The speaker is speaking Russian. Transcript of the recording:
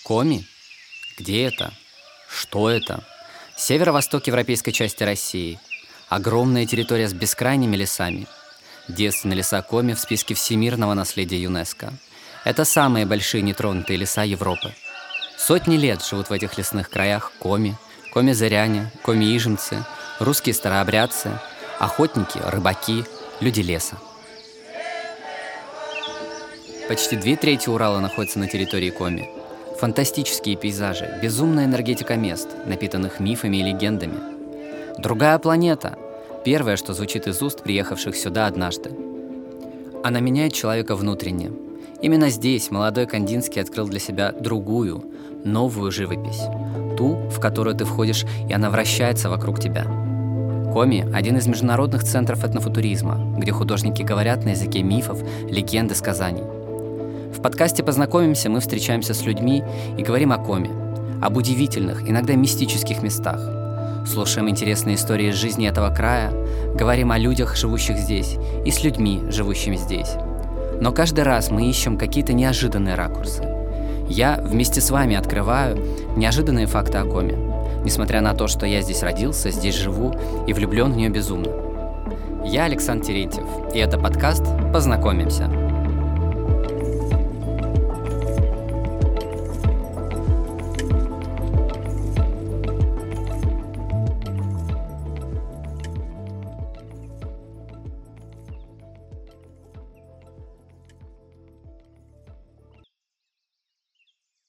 Коми? Где это? Что это? Северо-восток европейской части России. Огромная территория с бескрайними лесами. Девственные леса Коми в списке всемирного наследия ЮНЕСКО. Это самые большие нетронутые леса Европы. Сотни лет живут в этих лесных краях коми, коми-зыряне, коми-ижемцы, русские старообрядцы, охотники, рыбаки, люди леса. Почти 2/3 Урала находится на территории Коми. Фантастические пейзажи, безумная энергетика мест, напитанных мифами и легендами. Другая планета – первое, что звучит из уст приехавших сюда однажды. Она меняет человека внутренне. Именно здесь молодой Кандинский открыл для себя другую, новую живопись. Ту, в которую ты входишь, и она вращается вокруг тебя. Коми – один из международных центров этнофутуризма, где художники говорят на языке мифов, легенд и сказаний. В подкасте «Познакомимся» мы встречаемся с людьми и говорим о Коми, об удивительных, иногда мистических местах. Слушаем интересные истории из жизни этого края, говорим о людях, живущих здесь, и с людьми, живущими здесь. Но каждый раз мы ищем какие-то неожиданные ракурсы. Я вместе с вами открываю неожиданные факты о Коми, несмотря на то, что я здесь родился, здесь живу и влюблен в нее безумно. Я Александр Терентьев, и это подкаст «Познакомимся».